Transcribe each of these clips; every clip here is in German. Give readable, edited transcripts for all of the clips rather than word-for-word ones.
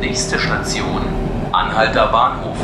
Nächste Station, Anhalter Bahnhof.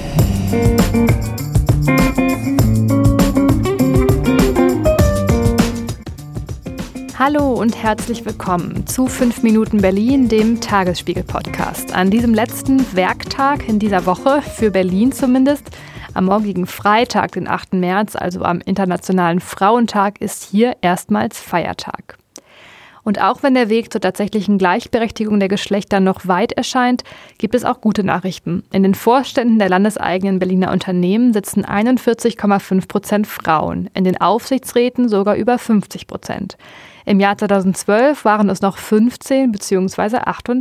Hallo und herzlich willkommen zu 5 Minuten Berlin, dem Tagesspiegel-Podcast. An diesem letzten Werktag in dieser Woche, für Berlin zumindest, am morgigen Freitag, den 8. März, also am Internationalen Frauentag, ist hier erstmals Feiertag. Und auch wenn der Weg zur tatsächlichen Gleichberechtigung der Geschlechter noch weit erscheint, gibt es auch gute Nachrichten. In den Vorständen der landeseigenen Berliner Unternehmen sitzen 41,5% Frauen, in den Aufsichtsräten sogar über 50%. Im Jahr 2012 waren es noch 15 bzw.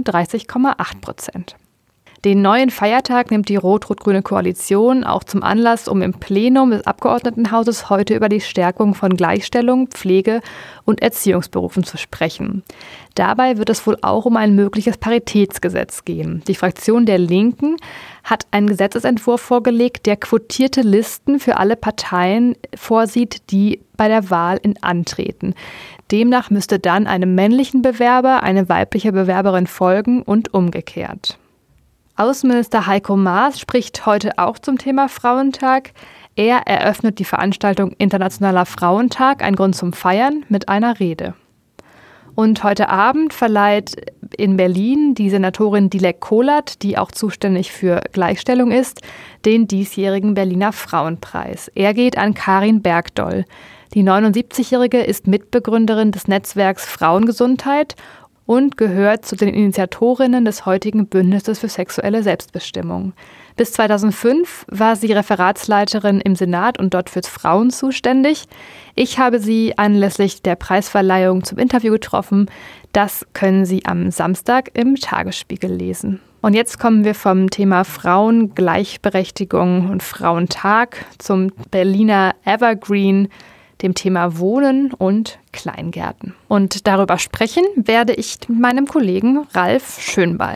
38,8%. Den neuen Feiertag nimmt die rot-rot-grüne Koalition auch zum Anlass, um im Plenum des Abgeordnetenhauses heute über die Stärkung von Gleichstellung, Pflege und Erziehungsberufen zu sprechen. Dabei wird es wohl auch um ein mögliches Paritätsgesetz gehen. Die Fraktion der Linken hat einen Gesetzesentwurf vorgelegt, der quotierte Listen für alle Parteien vorsieht, die bei der Wahl antreten. Demnach müsste dann einem männlichen Bewerber eine weibliche Bewerberin folgen und umgekehrt. Außenminister Heiko Maas spricht heute auch zum Thema Frauentag. Er eröffnet die Veranstaltung Internationaler Frauentag, ein Grund zum Feiern, mit einer Rede. Und heute Abend verleiht in Berlin die Senatorin Dilek Kolert, die auch zuständig für Gleichstellung ist, den diesjährigen Berliner Frauenpreis. Er geht an Karin Bergdoll. Die 79-Jährige ist Mitbegründerin des Netzwerks Frauengesundheit und gehört zu den Initiatorinnen des heutigen Bündnisses für sexuelle Selbstbestimmung. Bis 2005 war sie Referatsleiterin im Senat und dort für Frauen zuständig. Ich habe sie anlässlich der Preisverleihung zum Interview getroffen. Das können Sie am Samstag im Tagesspiegel lesen. Und jetzt kommen wir vom Thema Frauen, Gleichberechtigung und Frauentag zum Berliner Evergreen, dem Thema Wohnen und Kleingärten. Und darüber sprechen werde ich mit meinem Kollegen Ralf Schönball.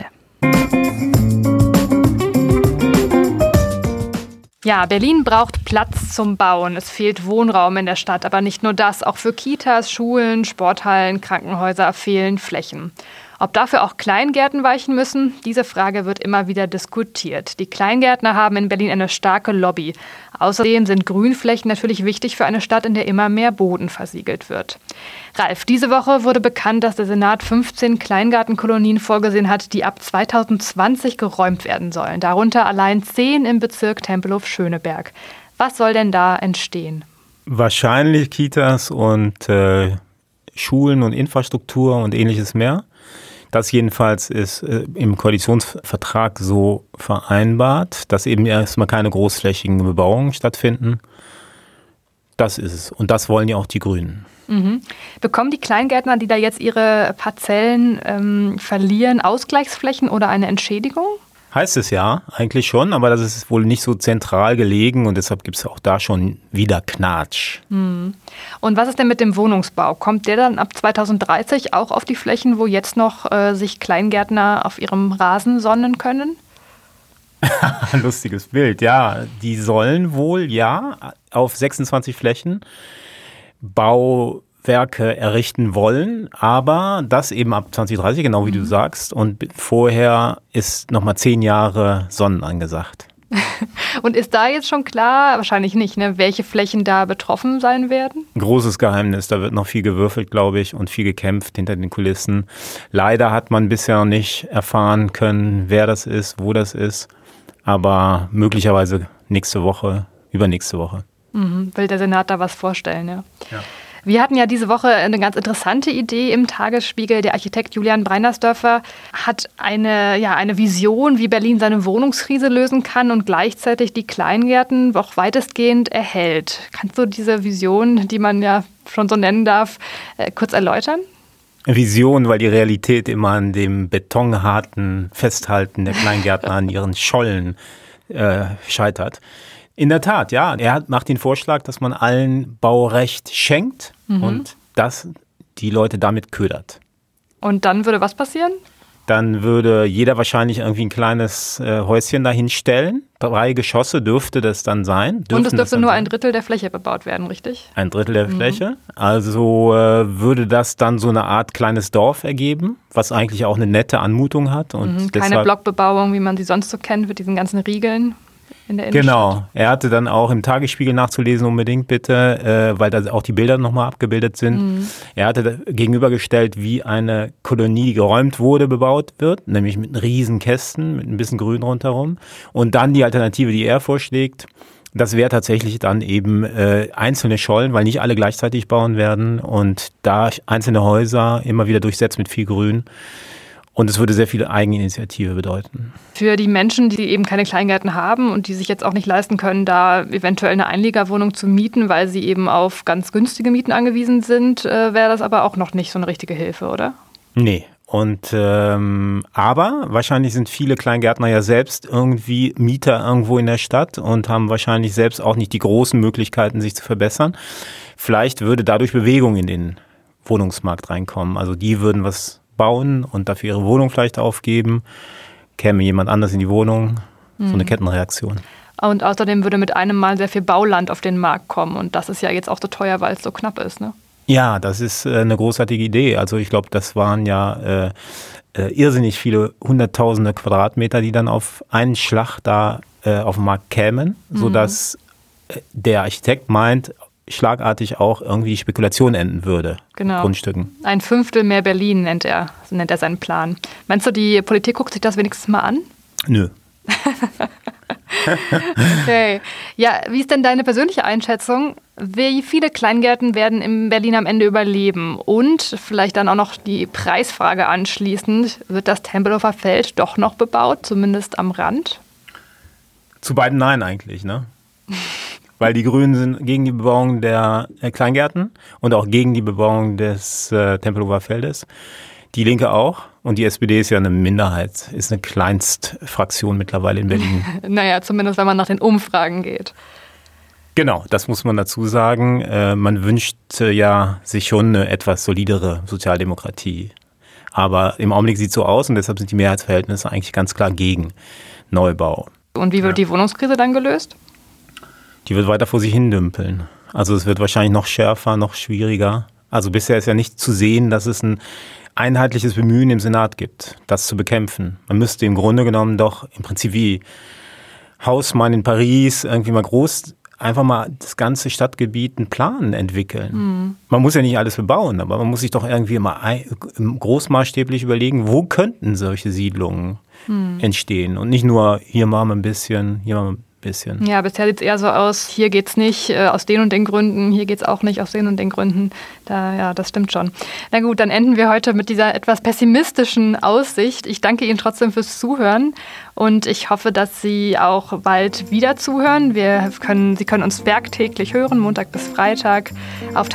Ja, Berlin braucht Platz zum Bauen. Es fehlt Wohnraum in der Stadt, aber nicht nur das. Auch für Kitas, Schulen, Sporthallen, Krankenhäuser fehlen Flächen. Ob dafür auch Kleingärten weichen müssen, diese Frage wird immer wieder diskutiert. Die Kleingärtner haben in Berlin eine starke Lobby. Außerdem sind Grünflächen natürlich wichtig für eine Stadt, in der immer mehr Boden versiegelt wird. Ralf, diese Woche wurde bekannt, dass der Senat 15 Kleingartenkolonien vorgesehen hat, die ab 2020 geräumt werden sollen. Darunter allein 10 im Bezirk Tempelhof-Schöneberg. Was soll denn da entstehen? Wahrscheinlich Kitas und Schulen und Infrastruktur und ähnliches mehr. Das jedenfalls ist im Koalitionsvertrag so vereinbart, dass eben erstmal keine großflächigen Bebauungen stattfinden. Das ist es. Und das wollen ja auch die Grünen. Mhm. Bekommen die Kleingärtner, die da jetzt ihre Parzellen verlieren, Ausgleichsflächen oder eine Entschädigung? Heißt es ja, eigentlich schon, aber das ist wohl nicht so zentral gelegen und deshalb gibt es auch da schon wieder Knatsch. Und was ist denn mit dem Wohnungsbau? Kommt der dann ab 2030 auch auf die Flächen, wo jetzt noch sich Kleingärtner auf ihrem Rasen sonnen können? Lustiges Bild, ja. Die sollen wohl, ja, auf 26 Flächen Bauwerke errichten wollen, aber das eben ab 2030, genau wie du sagst. Und vorher ist nochmal 10 Jahre Sonnen angesagt. Und ist da jetzt schon klar, wahrscheinlich nicht, ne, welche Flächen da betroffen sein werden? Großes Geheimnis, da wird noch viel gewürfelt, glaube ich, und viel gekämpft hinter den Kulissen. Leider hat man bisher noch nicht erfahren können, wer das ist, wo das ist, aber möglicherweise nächste Woche, übernächste Woche. Will der Senat da was vorstellen, ja. Ja. Wir hatten ja diese Woche eine ganz interessante Idee im Tagesspiegel. Der Architekt Julian Breinersdörfer hat eine Vision, wie Berlin seine Wohnungskrise lösen kann und gleichzeitig die Kleingärten auch weitestgehend erhält. Kannst du diese Vision, die man ja schon so nennen darf, kurz erläutern? Vision, weil die Realität immer an dem betonharten Festhalten der Kleingärtner an ihren Schollen scheitert. In der Tat, ja. Er macht den Vorschlag, dass man allen Baurecht schenkt und dass die Leute damit ködert. Und dann würde was passieren? Dann würde jeder wahrscheinlich irgendwie ein kleines Häuschen dahin stellen. 3 Geschosse dürfte das dann sein. Und es dürfte nur ein Drittel der Fläche bebaut werden, richtig? Ein Drittel der Fläche. Also würde das dann so eine Art kleines Dorf ergeben, was eigentlich auch eine nette Anmutung hat. Und keine Blockbebauung, wie man sie sonst so kennt, mit diesen ganzen Riegeln in der Innenstadt. Genau. Er hatte dann auch im Tagesspiegel nachzulesen unbedingt bitte, weil da auch die Bilder nochmal abgebildet sind. Er hatte gegenübergestellt, wie eine Kolonie, die geräumt wurde, bebaut wird, nämlich mit riesen Kästen, mit ein bisschen Grün rundherum. Und dann die Alternative, die er vorschlägt, das wäre tatsächlich dann eben einzelne Schollen, weil nicht alle gleichzeitig bauen werden und da einzelne Häuser immer wieder durchsetzt mit viel Grün. Und es würde sehr viel Eigeninitiative bedeuten. Für die Menschen, die eben keine Kleingärten haben und die sich jetzt auch nicht leisten können, da eventuell eine Einliegerwohnung zu mieten, weil sie eben auf ganz günstige Mieten angewiesen sind, wäre das aber auch noch nicht so eine richtige Hilfe, oder? Nee. Und aber wahrscheinlich sind viele Kleingärtner ja selbst irgendwie Mieter irgendwo in der Stadt und haben wahrscheinlich selbst auch nicht die großen Möglichkeiten, sich zu verbessern. Vielleicht würde dadurch Bewegung in den Wohnungsmarkt reinkommen. Also die würden was bauen und dafür ihre Wohnung vielleicht aufgeben, käme jemand anders in die Wohnung, so eine Kettenreaktion. Und außerdem würde mit einem Mal sehr viel Bauland auf den Markt kommen und das ist ja jetzt auch so teuer, weil es so knapp ist, ne? Ja, das ist eine großartige Idee. Also ich glaube, das waren ja irrsinnig viele hunderttausende Quadratmeter, die dann auf einen Schlag da auf den Markt kämen, sodass der Architekt meint, schlagartig auch irgendwie Spekulation enden würde. Genau. Grundstücken. 1/5 mehr Berlin nennt er seinen Plan. Meinst du, die Politik guckt sich das wenigstens mal an? Nö. Okay. Ja, wie ist denn deine persönliche Einschätzung? Wie viele Kleingärten werden in Berlin am Ende überleben? Und vielleicht dann auch noch die Preisfrage anschließend. Wird das Tempelhofer Feld doch noch bebaut, zumindest am Rand? Zu beiden nein eigentlich, ne? Weil die Grünen sind gegen die Bebauung der Kleingärten und auch gegen die Bebauung des Tempelhofer Feldes. Die Linke auch. Und die SPD ist ja eine Minderheit, ist eine Kleinstfraktion mittlerweile in Berlin. Naja, zumindest wenn man nach den Umfragen geht. Genau, das muss man dazu sagen. Man wünscht ja sich schon eine etwas solidere Sozialdemokratie. Aber im Augenblick sieht es so aus und deshalb sind die Mehrheitsverhältnisse eigentlich ganz klar gegen Neubau. Und wie wird die Wohnungskrise dann gelöst? Die wird weiter vor sich hin dümpeln. Also es wird wahrscheinlich noch schärfer, noch schwieriger. Also bisher ist ja nicht zu sehen, dass es ein einheitliches Bemühen im Senat gibt, das zu bekämpfen. Man müsste im Grunde genommen doch im Prinzip wie Haussmann in Paris irgendwie mal groß einfach mal das ganze Stadtgebiet einen Plan entwickeln. Man muss ja nicht alles bebauen, aber man muss sich doch irgendwie mal großmaßstäblich überlegen, wo könnten solche Siedlungen entstehen und nicht nur hier machen wir ein bisschen, hier machen wir ein bisschen. Ja, bisher sieht es eher so aus, hier geht's nicht aus den und den Gründen, hier geht's auch nicht aus den und den Gründen. Ja, das stimmt schon. Na gut, dann enden wir heute mit dieser etwas pessimistischen Aussicht. Ich danke Ihnen trotzdem fürs Zuhören und ich hoffe, dass Sie auch bald wieder zuhören. Sie können uns werktäglich hören, Montag bis Freitag auf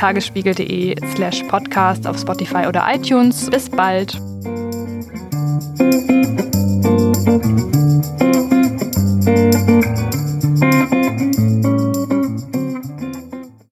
tagesspiegel.de/podcast, auf Spotify oder iTunes. Bis bald.